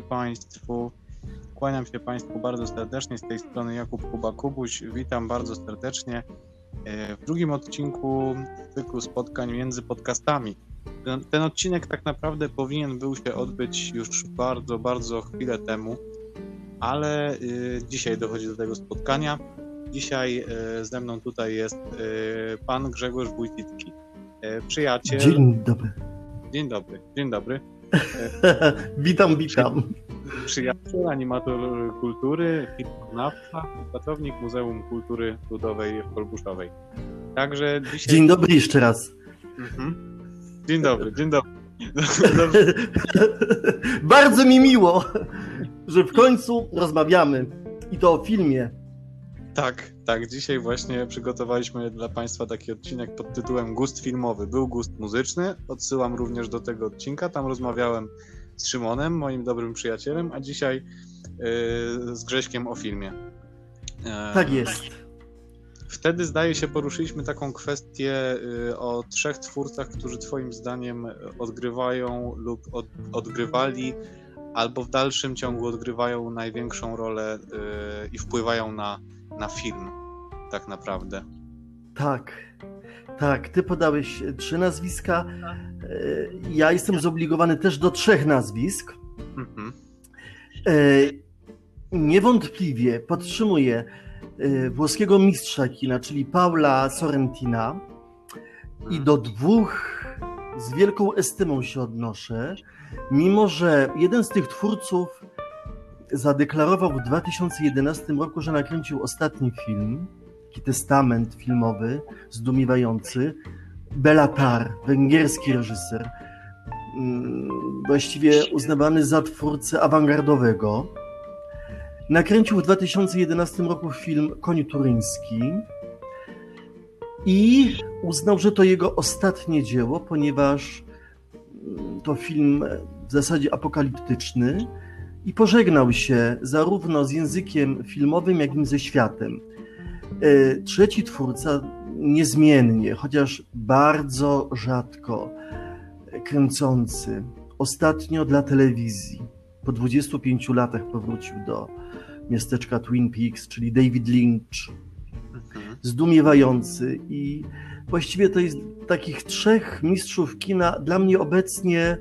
Państwu. Kłaniam się Państwu bardzo serdecznie. Z tej strony Jakub Kuba-Kubuś. Witam bardzo serdecznie w drugim odcinku cyklu spotkań między podcastami. Ten odcinek tak naprawdę powinien był się odbyć już bardzo, bardzo chwilę temu, ale dzisiaj dochodzi do tego spotkania. Dzisiaj ze mną tutaj jest pan Grzegorz Wójcicki, przyjaciel. Dzień dobry. Dzień dobry. Witam. Przyjaciel, animator kultury, filmoznawca, pracownik Muzeum Kultury Ludowej w Kolbuszowej. Także dzisiaj... Dzień dobry jeszcze raz. Dzień dobry. Bardzo mi miło, że w końcu rozmawiamy i to o filmie. Tak. Dzisiaj właśnie przygotowaliśmy dla Państwa taki odcinek pod tytułem Gust filmowy. Był gust muzyczny, odsyłam również do tego odcinka. Tam rozmawiałem z Szymonem, moim dobrym przyjacielem, a dzisiaj z Grześkiem o filmie. Tak jest. Wtedy, zdaje się, poruszyliśmy taką kwestię o 3 twórcach, którzy Twoim zdaniem odgrywają lub odgrywali, albo w dalszym ciągu odgrywają największą rolę i wpływają na film, tak naprawdę. Tak, ty podałeś 3 nazwiska. Ja jestem zobligowany też do 3 nazwisk. Niewątpliwie podtrzymuję włoskiego mistrza kina, czyli Paola Sorrentina, i do 2 z wielką estymą się odnoszę, mimo że jeden z tych twórców zadeklarował w 2011 roku, że nakręcił ostatni film, taki testament filmowy zdumiewający, Béla Tarr, węgierski reżyser, właściwie uznawany za twórcę awangardowego. Nakręcił w 2011 roku film Koń turyński i uznał, że to jego ostatnie dzieło, ponieważ to film w zasadzie apokaliptyczny, i pożegnał się zarówno z językiem filmowym, jak i ze światem. 3 twórca niezmiennie, chociaż bardzo rzadko kręcący, ostatnio dla telewizji, po 25 latach powrócił do miasteczka Twin Peaks, czyli David Lynch, zdumiewający, i właściwie to jest takich 3 mistrzów kina dla mnie obecnie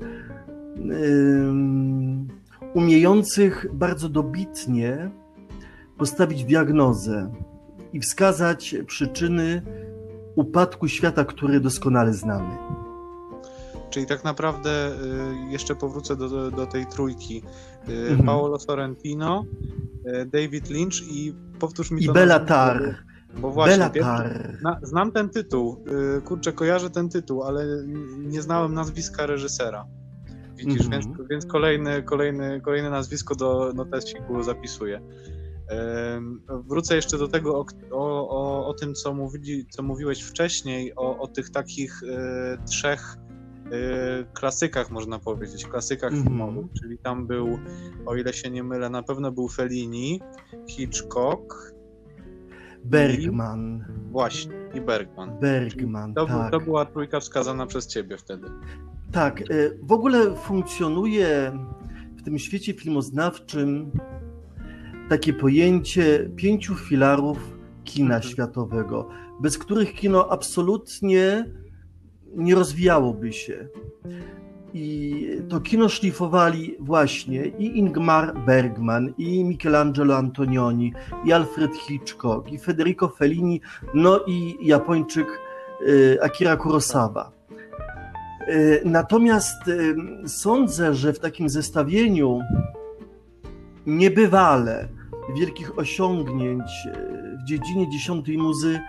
umiejących bardzo dobitnie postawić diagnozę i wskazać przyczyny upadku świata, który doskonale znamy. Czyli tak naprawdę jeszcze powrócę do tej trójki. Paolo Sorrentino, David Lynch i powtórz mi to. I Béla Tarr. Bo właśnie, Béla Tarr. Znam ten tytuł, kojarzę ten tytuł, ale nie znałem nazwiska reżysera. Widzisz, więc kolejne nazwisko do notesiku zapisuję. Wrócę jeszcze do tego o tym, co mówiłeś wcześniej, o tych takich 3 klasykach, można powiedzieć, klasykach filmowych, czyli tam był, o ile się nie mylę, na pewno był Fellini, Hitchcock, Bergman. I Bergman. Tak. To była trójka wskazana przez Ciebie wtedy. Tak, w ogóle funkcjonuje w tym świecie filmoznawczym takie pojęcie 5 filarów kina światowego, bez których kino absolutnie nie rozwijałoby się. I to kino szlifowali właśnie i Ingmar Bergman, i Michelangelo Antonioni, i Alfred Hitchcock, i Federico Fellini, no i Japończyk Akira Kurosawa. Natomiast sądzę, że w takim zestawieniu niebywale wielkich osiągnięć w dziedzinie 10. muzy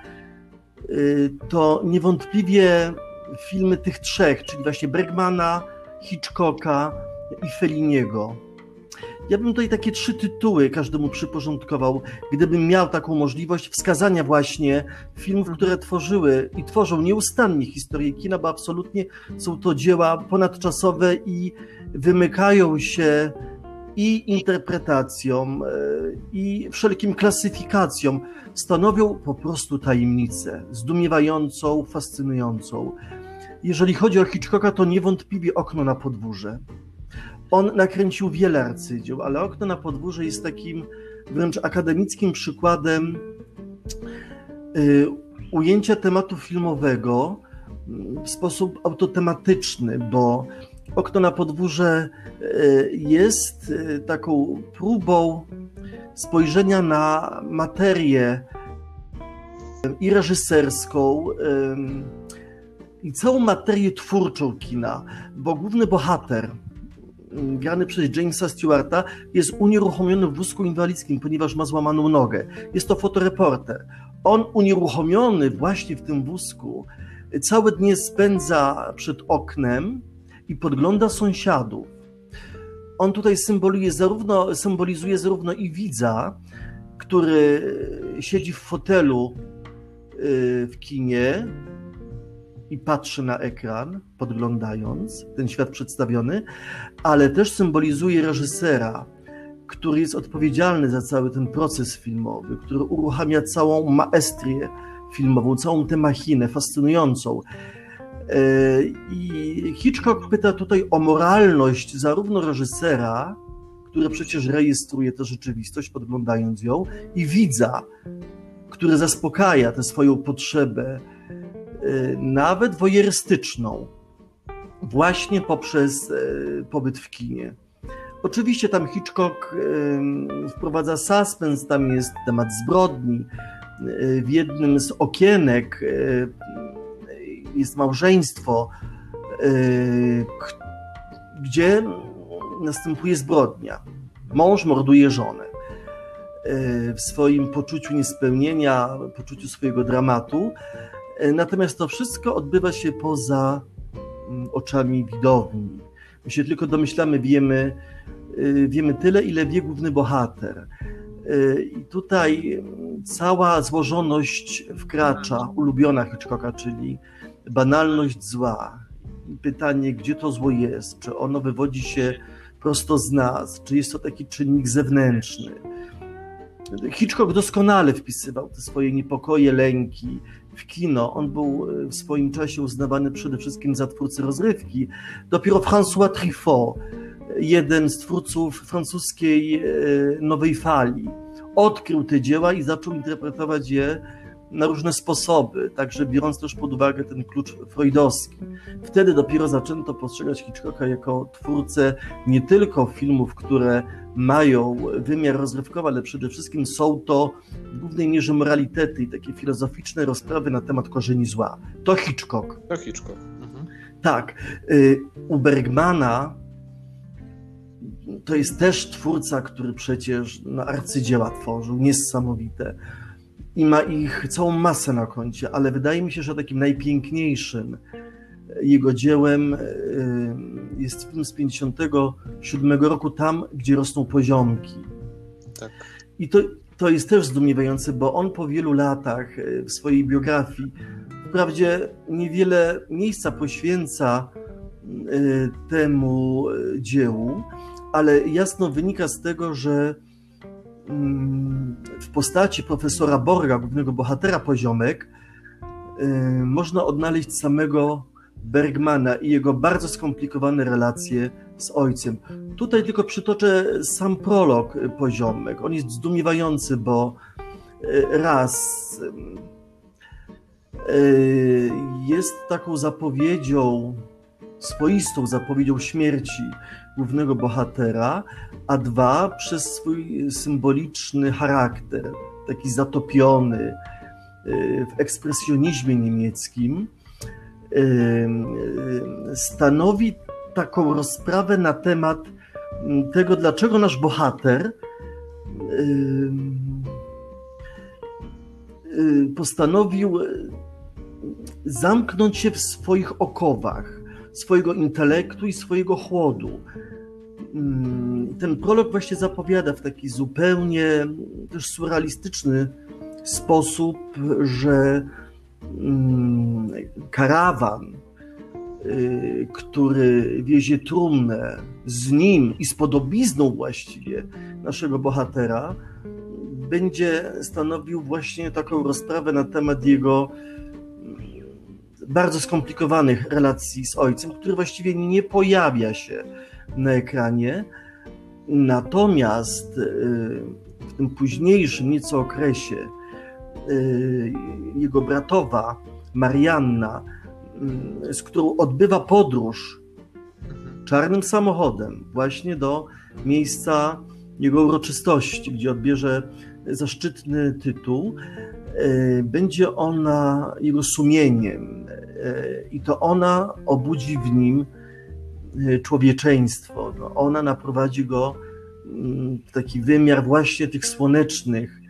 to niewątpliwie filmy tych 3, czyli właśnie Bergmana, Hitchcocka i Felliniego. Ja bym tutaj takie 3 tytuły każdemu przyporządkował, gdybym miał taką możliwość wskazania właśnie filmów, które tworzyły i tworzą nieustannie historię kina, bo absolutnie są to dzieła ponadczasowe i wymykają się i interpretacjom, i wszelkim klasyfikacjom. Stanowią po prostu tajemnicę, zdumiewającą, fascynującą. Jeżeli chodzi o Hitchcocka, to niewątpliwie Okno na podwórze. On nakręcił wiele arcydzieł, ale Okno na podwórze jest takim wręcz akademickim przykładem ujęcia tematu filmowego w sposób autotematyczny, bo Okno na podwórze jest taką próbą spojrzenia na materię i reżyserską, i całą materię twórczą kina, bo główny bohater, grany przez Jamesa Stewarta, jest unieruchomiony w wózku inwalidzkim, ponieważ ma złamaną nogę. Jest to fotoreporter. On unieruchomiony właśnie w tym wózku całe dnie spędza przed oknem i podgląda sąsiadów. On tutaj symbolizuje zarówno i widza, który siedzi w fotelu w kinie i patrzy na ekran, podglądając ten świat przedstawiony, ale też symbolizuje reżysera, który jest odpowiedzialny za cały ten proces filmowy, który uruchamia całą maestrię filmową, całą tę machinę fascynującą. I Hitchcock pyta tutaj o moralność zarówno reżysera, który przecież rejestruje tę rzeczywistość, podglądając ją, i widza, który zaspokaja tę swoją potrzebę, nawet wojerystyczną, właśnie poprzez pobyt w kinie. Oczywiście tam Hitchcock wprowadza suspens, tam jest temat zbrodni. W jednym z okienek jest małżeństwo, gdzie następuje zbrodnia. Mąż morduje żonę. W swoim poczuciu niespełnienia, poczuciu swojego dramatu. Natomiast to wszystko odbywa się poza oczami widowni. My się tylko domyślamy, wiemy tyle, ile wie główny bohater. I tutaj cała złożoność wkracza, ulubiona Hitchcocka, czyli banalność zła. I pytanie, gdzie to zło jest? Czy ono wywodzi się prosto z nas? Czy jest to taki czynnik zewnętrzny? Hitchcock doskonale wpisywał te swoje niepokoje, lęki w kino. On był w swoim czasie uznawany przede wszystkim za twórcę rozrywki. Dopiero François Truffaut, jeden z twórców francuskiej nowej fali, odkrył te dzieła i zaczął interpretować je na różne sposoby, także biorąc też pod uwagę ten klucz freudowski. Wtedy dopiero zaczęto postrzegać Hitchcocka jako twórcę nie tylko filmów, które mają wymiar rozrywkowy, ale przede wszystkim są to w głównej mierze moralitety i takie filozoficzne rozprawy na temat korzeni zła. To Hitchcock. To Hitchcock. Mhm. Tak. U Bergmana to jest też twórca, który przecież arcydzieła tworzył, niesamowite. I ma ich całą masę na koncie, ale wydaje mi się, że takim najpiękniejszym jego dziełem jest film z 1957 roku, Tam, gdzie rosną poziomki. Tak. I to jest też zdumiewające, bo on po wielu latach w swojej biografii wprawdzie niewiele miejsca poświęca temu dziełu, ale jasno wynika z tego, że w postaci profesora Borga, głównego bohatera Poziomek, można odnaleźć samego Bergmana i jego bardzo skomplikowane relacje z ojcem. Tutaj tylko przytoczę sam prolog Poziomek. On jest zdumiewający, bo raz jest taką zapowiedzią, swoistą zapowiedzią śmierci głównego bohatera, a dwa, przez swój symboliczny charakter, taki zatopiony w ekspresjonizmie niemieckim, stanowi taką rozprawę na temat tego, dlaczego nasz bohater postanowił zamknąć się w swoich okowach, swojego intelektu i swojego chłodu. Ten prolog właśnie zapowiada w taki zupełnie też surrealistyczny sposób, że karawan, który wiezie trumnę z nim i z podobizną właściwie naszego bohatera, będzie stanowił właśnie taką rozprawę na temat jego bardzo skomplikowanych relacji z ojcem, który właściwie nie pojawia się na ekranie. Natomiast w tym późniejszym nieco okresie jego bratowa Marianna, z którą odbywa podróż czarnym samochodem właśnie do miejsca jego uroczystości, gdzie odbierze zaszczytny tytuł, będzie ona jego sumieniem i to ona obudzi w nim człowieczeństwo. Ona naprowadzi go w taki wymiar właśnie tych słonecznych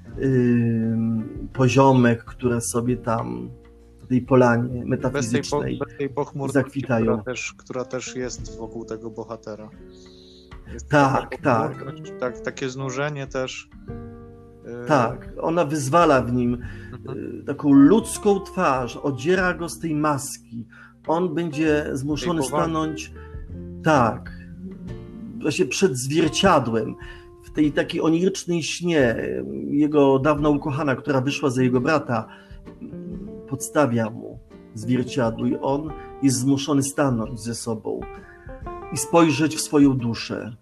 poziomek, które sobie tam w tej polanie metafizycznej bez tej pochmurki, zakwitają. Która też jest wokół tego bohatera. Jest tak. Takie znużenie też. Tak, ona wyzwala w nim taką ludzką twarz, odziera go z tej maski. On będzie zmuszony stanąć właśnie przed zwierciadłem, w tej takiej onirycznej śnie. Jego dawna ukochana, która wyszła za jego brata, podstawia mu zwierciadło i on jest zmuszony stanąć ze sobą i spojrzeć w swoją duszę.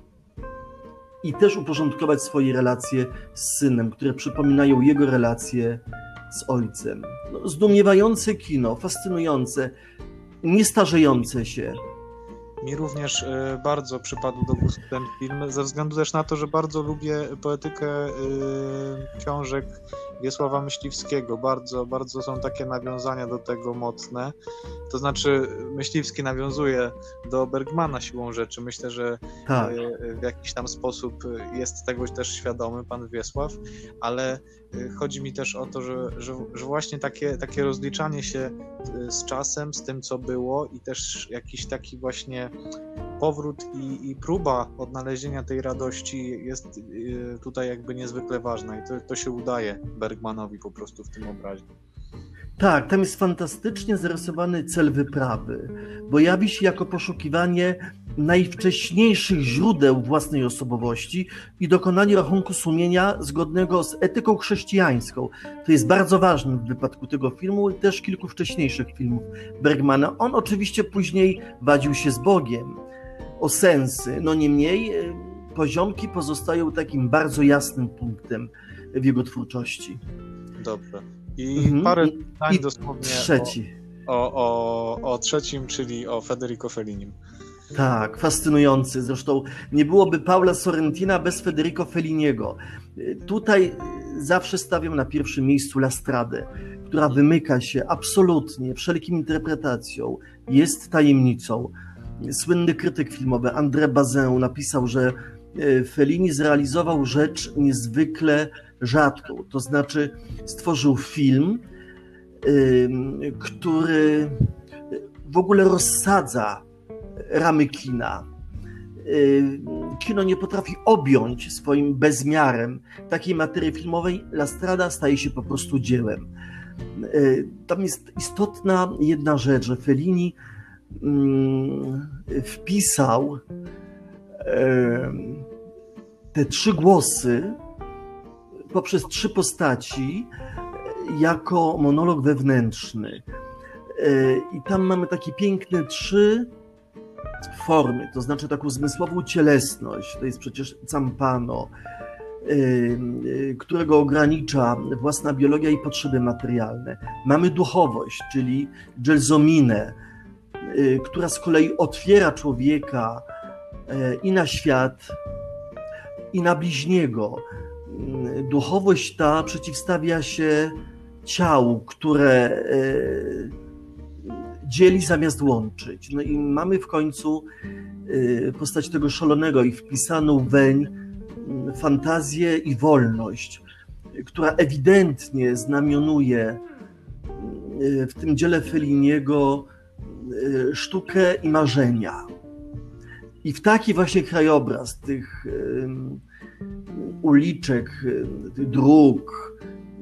I też uporządkować swoje relacje z synem, które przypominają jego relacje z ojcem. Zdumiewające kino, fascynujące, niestarzejące się. Mi również bardzo przypadł do gustu ten film, ze względu też na to, że bardzo lubię poetykę książek Wiesława Myśliwskiego. Bardzo, bardzo są takie nawiązania do tego mocne. To znaczy Myśliwski nawiązuje do Bergmana siłą rzeczy. Myślę, że w jakiś tam sposób jest tego też świadomy pan Wiesław, ale chodzi mi też o to, że właśnie takie rozliczanie się z czasem, z tym, co było i też jakiś taki właśnie powrót i próba odnalezienia tej radości jest tutaj jakby niezwykle ważna i to się udaje Bergmanowi po prostu w tym obrazie. Tak, tam jest fantastycznie zarysowany cel wyprawy, bo jawi się jako poszukiwanie najwcześniejszych źródeł własnej osobowości i dokonanie rachunku sumienia zgodnego z etyką chrześcijańską. To jest bardzo ważne w wypadku tego filmu i też kilku wcześniejszych filmów Bergmana. On oczywiście później wadził się z Bogiem o sensy, no niemniej poziomki pozostają takim bardzo jasnym punktem w jego twórczości. Dobrze. I parę zdań dosłownie trzeci. O trzecim, czyli o Federico Fellinim. Tak, fascynujący. Zresztą nie byłoby Paula Sorrentina bez Federico Felliniego. Tutaj zawsze stawiam na pierwszym miejscu La Stradę, która wymyka się absolutnie wszelkim interpretacjom, jest tajemnicą. Słynny krytyk filmowy André Bazin napisał, że Fellini zrealizował rzecz niezwykle rzadką, to znaczy stworzył film, który w ogóle rozsadza ramy kina. Kino nie potrafi objąć swoim bezmiarem takiej materii filmowej. La Strada staje się po prostu dziełem. Tam jest istotna jedna rzecz, że Fellini wpisał te trzy głosy poprzez trzy postaci jako monolog wewnętrzny. I tam mamy takie piękne trzy formy, to znaczy taką zmysłową cielesność, to jest przecież Campano, którego ogranicza własna biologia i potrzeby materialne. Mamy duchowość, czyli Gelsominę, która z kolei otwiera człowieka i na świat, i na bliźniego. Duchowość ta przeciwstawia się ciału, które dzieli zamiast łączyć. No i mamy w końcu postać tego szalonego i wpisaną weń fantazję i wolność, która ewidentnie znamionuje w tym dziele Felliniego sztukę i marzenia. I w taki właśnie krajobraz tych uliczek, tych dróg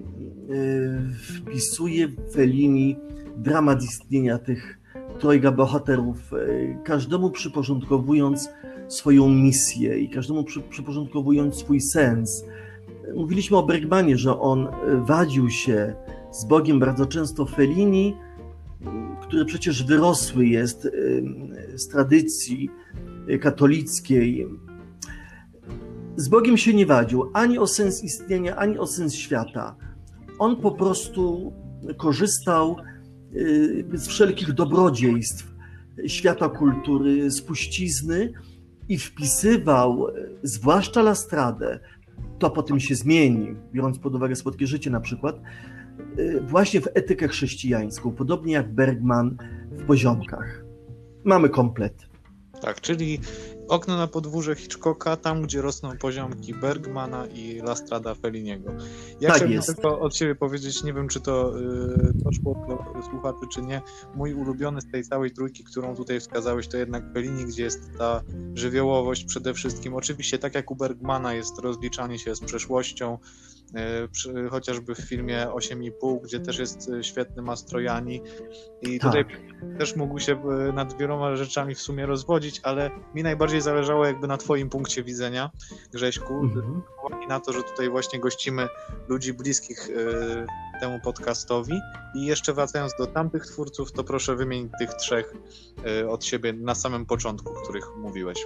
wpisuje Fellini dramat istnienia tych trojga bohaterów, każdemu przyporządkowując swoją misję i każdemu przyporządkowując swój sens. Mówiliśmy o Bergmanie, że on wadził się z Bogiem bardzo często. Fellini, który przecież wyrosły jest z tradycji katolickiej. Z Bogiem się nie wadził ani o sens istnienia, ani o sens świata. On po prostu korzystał z wszelkich dobrodziejstw świata kultury, spuścizny i wpisywał, zwłaszcza Lastradę, to potem się zmieni, biorąc pod uwagę Słodkie życie na przykład, właśnie w etykę chrześcijańską, podobnie jak Bergman w Poziomkach. Mamy komplet. Tak, czyli Okno na podwórze Hitchcocka, tam gdzie rosną poziomki Bergmana i La Strada Felliniego. Ja Tak chciałbym jest. tylko od siebie powiedzieć, nie wiem czy to doszło do słuchaczy czy nie, mój ulubiony z tej całej trójki, którą tutaj wskazałeś, to jednak Fellini, gdzie jest ta żywiołowość przede wszystkim. Oczywiście tak jak u Bergmana jest rozliczanie się z przeszłością, chociażby w filmie 8,5, gdzie też jest świetny Mastrojani i tutaj też mógł się nad wieloma rzeczami w sumie rozwodzić, ale mi najbardziej zależało jakby na twoim punkcie widzenia, Grześku, i na to, że tutaj właśnie gościmy ludzi bliskich temu podcastowi. I jeszcze wracając do tamtych twórców, to proszę wymień tych trzech od siebie na samym początku, o których mówiłeś.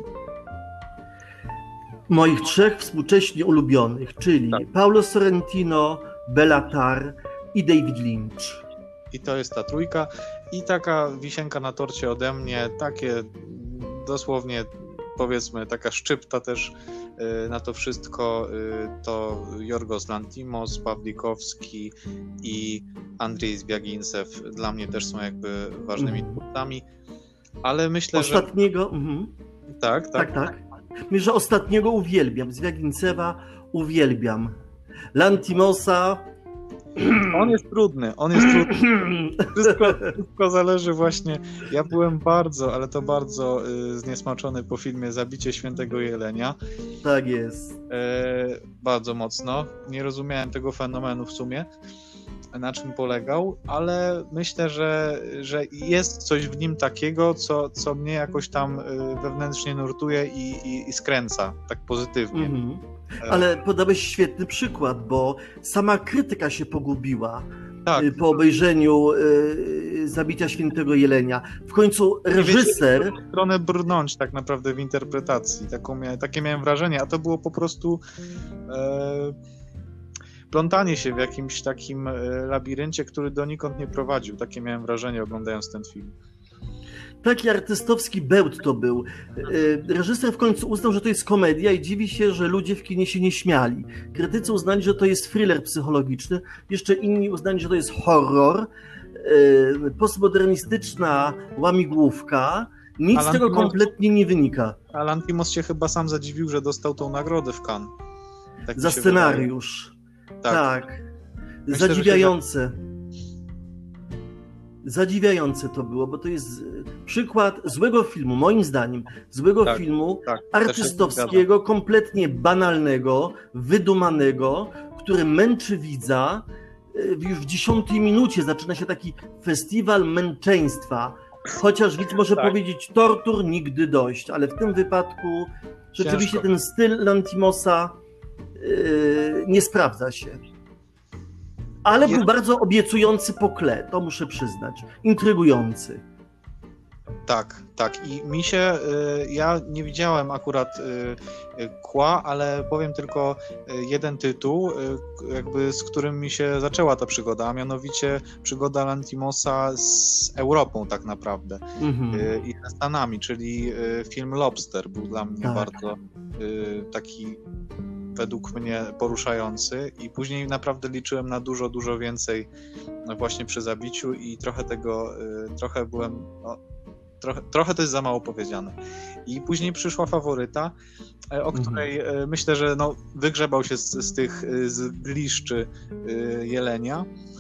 Moich trzech współcześnie ulubionych, czyli tak. Paolo Sorrentino, Béla Tarr i David Lynch. I to jest ta trójka. I taka wisienka na torcie ode mnie, takie dosłownie powiedzmy taka szczypta też na to wszystko, to Jorgos Lanthimos, Pawlikowski i Andrzej Zwiagincew dla mnie też są jakby ważnymi twórcami, ale myślę, ostatniego, że... Tak. Myślę, że ostatniego uwielbiam, Zwiagincewa uwielbiam. Lanthimosa... On jest trudny. Wszystko zależy właśnie. Ja byłem bardzo zniesmaczony po filmie Zabicie Świętego Jelenia. Tak jest. Bardzo mocno. Nie rozumiałem tego fenomenu w sumie, na czym polegał, ale myślę, że jest coś w nim takiego, co mnie jakoś tam wewnętrznie nurtuje i skręca tak pozytywnie. Ale podałeś świetny przykład, bo sama krytyka się pogubiła po obejrzeniu Zabicia Świętego Jelenia. W końcu reżyser... Nie wiedzieli, w stronę brnąć tak naprawdę w interpretacji. Takie miałem wrażenie, a to było po prostu plątanie się w jakimś takim labiryncie, który donikąd nie prowadził. Takie miałem wrażenie, oglądając ten film. Taki artystowski bełt to był. Reżyser w końcu uznał, że to jest komedia i dziwi się, że ludzie w kinie się nie śmiali. Krytycy uznali, że to jest thriller psychologiczny, jeszcze inni uznali, że to jest horror, postmodernistyczna łamigłówka. Nic z tego kompletnie nie wynika. A Lanthimos się chyba sam zadziwił, że dostał tą nagrodę w Cannes. Tak za scenariusz. Tak. Myślę, zadziwiające. Zadziwiające to było, bo to jest przykład złego filmu, moim zdaniem, filmu artystowskiego, kompletnie banalnego, wydumanego, który męczy widza. Już w 10 minucie zaczyna się taki festiwal męczeństwa, chociaż widz może powiedzieć tortur nigdy dość, ale w tym wypadku rzeczywiście ten styl Lanthimosa nie sprawdza się. Ale był bardzo obiecujący po tle, to muszę przyznać. Intrygujący. Tak. I mi się, ja nie widziałem akurat Kła, ale powiem tylko jeden tytuł, jakby z którym mi się zaczęła ta przygoda, a mianowicie przygoda Lanthimosa z Europą tak naprawdę i ze Stanami, czyli film Lobster był dla mnie bardzo taki według mnie poruszający i później naprawdę liczyłem na dużo więcej właśnie przy zabiciu i trochę byłem, trochę to jest za mało powiedziane. I później przyszła Faworyta, o której myślę, że wygrzebał się z tych zgliszczy Jelenia.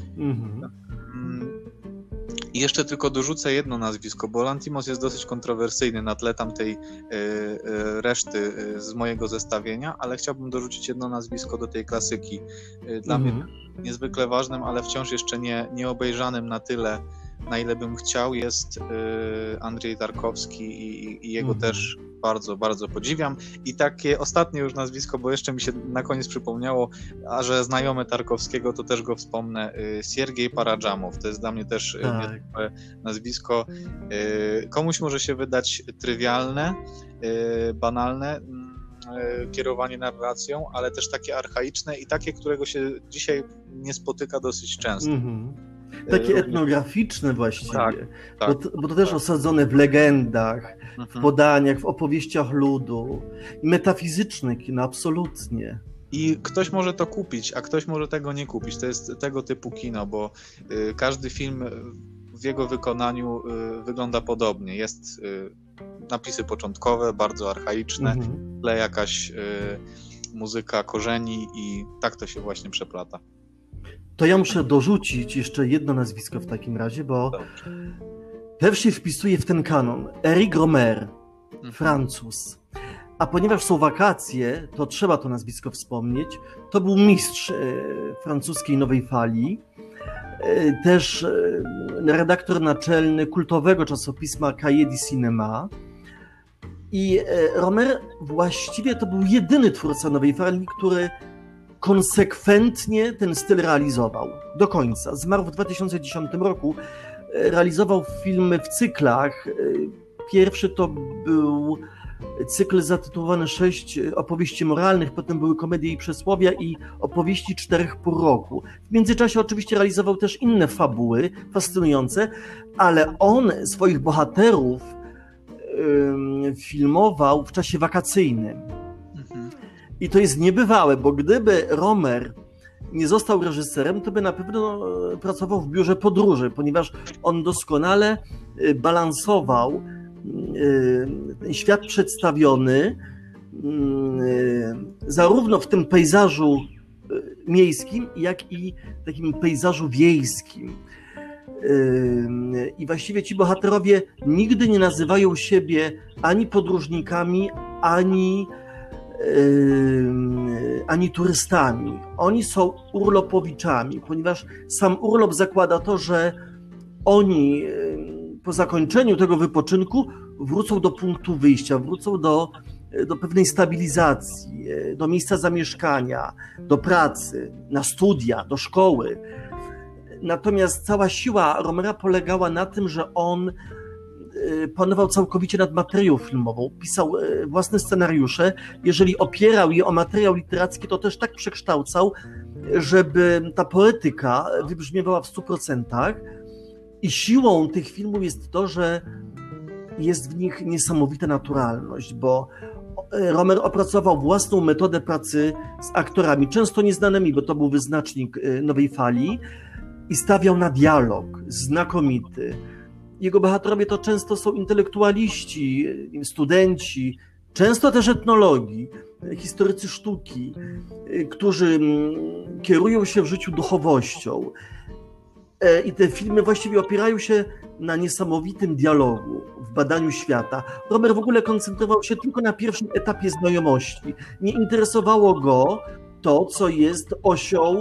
I jeszcze tylko dorzucę jedno nazwisko, bo Lanthimos jest dosyć kontrowersyjny na tle tamtej reszty z mojego zestawienia, ale chciałbym dorzucić jedno nazwisko do tej klasyki. Dla mnie niezwykle ważnym, ale wciąż jeszcze nie obejrzanym na tyle, na ile bym chciał, jest Andrzej Tarkowski i jego też bardzo, bardzo podziwiam. I takie ostatnie już nazwisko, bo jeszcze mi się na koniec przypomniało, a że znajomy Tarkowskiego, to też go wspomnę, Siergiej Paradżamow. To jest dla mnie też niezwykłe nazwisko. Komuś może się wydać trywialne, banalne kierowanie narracją, ale też takie archaiczne i takie, którego się dzisiaj nie spotyka dosyć często. Takie etnograficzne właściwie, tak. Bo to też osadzone w legendach, w podaniach, w opowieściach ludu i metafizyczne kino, absolutnie. I ktoś może to kupić, a ktoś może tego nie kupić. To jest tego typu kino, bo każdy film w jego wykonaniu wygląda podobnie. Jest napisy początkowe, bardzo archaiczne, w tle jakaś muzyka korzeni i tak to się właśnie przeplata. To ja muszę dorzucić jeszcze jedno nazwisko w takim razie, bo też się wpisuje w ten kanon. Éric Rohmer, Francuz. A ponieważ są wakacje, to trzeba to nazwisko wspomnieć. To był mistrz francuskiej nowej fali. Też redaktor naczelny kultowego czasopisma Cahiers du Cinéma. I Rohmer właściwie to był jedyny twórca nowej fali, który konsekwentnie ten styl realizował do końca. Zmarł w 2010 roku. Realizował filmy w cyklach. Pierwszy to był cykl zatytułowany 6 opowieści moralnych, potem były komedie i przysłowia i opowieści 4 pół roku. W międzyczasie oczywiście realizował też inne fabuły fascynujące, ale on swoich bohaterów filmował w czasie wakacyjnym. I to jest niebywałe, bo gdyby Rohmer nie został reżyserem, to by na pewno pracował w biurze podróży, ponieważ on doskonale balansował ten świat przedstawiony zarówno w tym pejzażu miejskim, jak i takim pejzażu wiejskim. I właściwie ci bohaterowie nigdy nie nazywają siebie ani podróżnikami, ani turystami. Oni są urlopowiczami, ponieważ sam urlop zakłada to, że oni po zakończeniu tego wypoczynku wrócą do punktu wyjścia, wrócą do pewnej stabilizacji, do miejsca zamieszkania, do pracy, na studia, do szkoły. Natomiast cała siła Rohmera polegała na tym, że on panował całkowicie nad materią filmową, pisał własne scenariusze. Jeżeli opierał je o materiał literacki, to też tak przekształcał, żeby ta poetyka wybrzmiewała w 100%. I siłą tych filmów jest to, że jest w nich niesamowita naturalność, bo Rohmer opracował własną metodę pracy z aktorami, często nieznanymi, bo to był wyznacznik nowej fali, i stawiał na dialog znakomity. Jego bohaterowie to często są intelektualiści, studenci, często też etnologi, historycy sztuki, którzy kierują się w życiu duchowością. I te filmy właściwie opierają się na niesamowitym dialogu, w badaniu świata. Rohmer w ogóle koncentrował się tylko na pierwszym etapie znajomości. Nie interesowało go to, co jest osią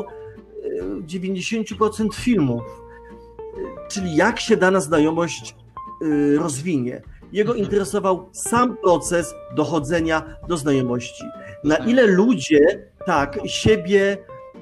90% filmów, czyli jak się dana znajomość rozwinie. Jego interesował sam proces dochodzenia do znajomości. Na ile ludzie siebie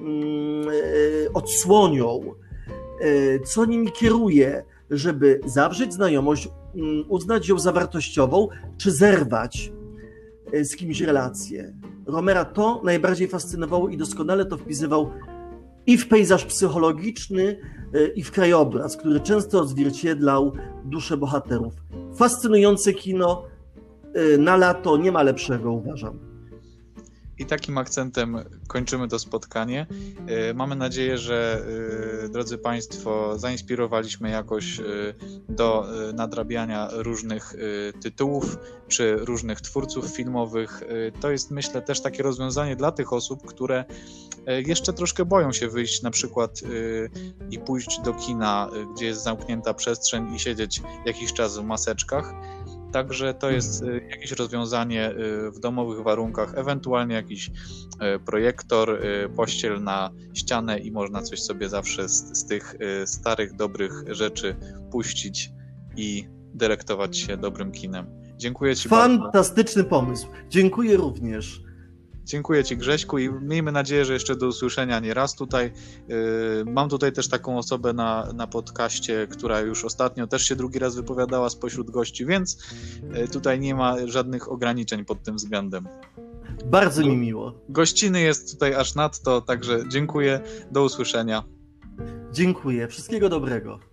odsłonią, co nimi kieruje, żeby zawrzeć znajomość, uznać ją za wartościową, czy zerwać z kimś relację. Rohmera to najbardziej fascynowało i doskonale to wpisywał i w pejzaż psychologiczny, i w krajobraz, który często odzwierciedlał duszę bohaterów. Fascynujące kino, na lato nie ma lepszego, uważam. I takim akcentem kończymy to spotkanie. Mamy nadzieję, że drodzy Państwo, zainspirowaliśmy jakoś do nadrabiania różnych tytułów czy różnych twórców filmowych. To jest, myślę, też takie rozwiązanie dla tych osób, które jeszcze troszkę boją się wyjść na przykład i pójść do kina, gdzie jest zamknięta przestrzeń i siedzieć jakiś czas w maseczkach. Także to jest jakieś rozwiązanie w domowych warunkach, ewentualnie jakiś projektor, pościel na ścianę i można coś sobie zawsze z tych starych, dobrych rzeczy puścić i delektować się dobrym kinem. Dziękuję Ci bardzo. Fantastyczny pomysł. Dziękuję również. Dziękuję Ci, Grześku, i miejmy nadzieję, że jeszcze do usłyszenia nie raz tutaj. Mam tutaj też taką osobę na podcaście, która już ostatnio też się drugi raz wypowiadała spośród gości, więc tutaj nie ma żadnych ograniczeń pod tym względem. Bardzo mi miło. Gościny jest tutaj aż nadto, także dziękuję, do usłyszenia. Dziękuję. Wszystkiego dobrego.